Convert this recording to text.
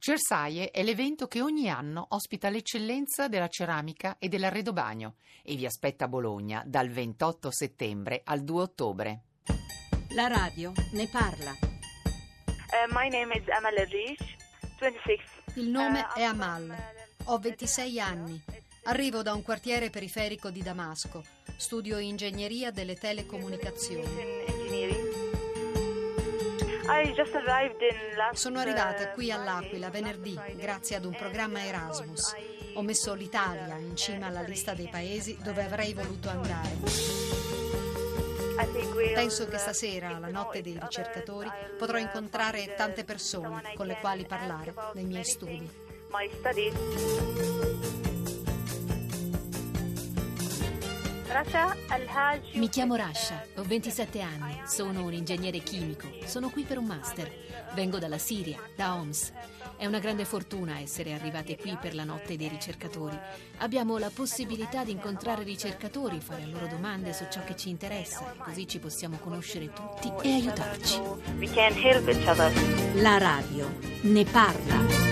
Cersaie è l'evento che ogni anno ospita l'eccellenza della ceramica e dell'arredobagno e vi aspetta a Bologna dal 28 settembre al 2 ottobre. La radio ne parla. My name is Amal Rish, 26. Il nome è Amal. Ho 26 anni. Arrivo da un quartiere periferico di Damasco. Studio ingegneria delle telecomunicazioni. Sono arrivata qui all'Aquila venerdì grazie ad un programma Erasmus. Ho messo l'Italia in cima alla lista dei paesi dove avrei voluto andare. Penso che stasera, alla notte dei ricercatori, potrò incontrare tante persone con le quali parlare dei miei studi. Mi chiamo Rasha, ho 27 anni, sono un ingegnere chimico, sono qui per un master. Vengo dalla Siria, da Homs. È una grande fortuna essere arrivate qui per la notte dei ricercatori. Abbiamo la possibilità di incontrare ricercatori, fare a loro domande su ciò che ci interessa, così ci possiamo conoscere tutti e aiutarci. La radio ne parla.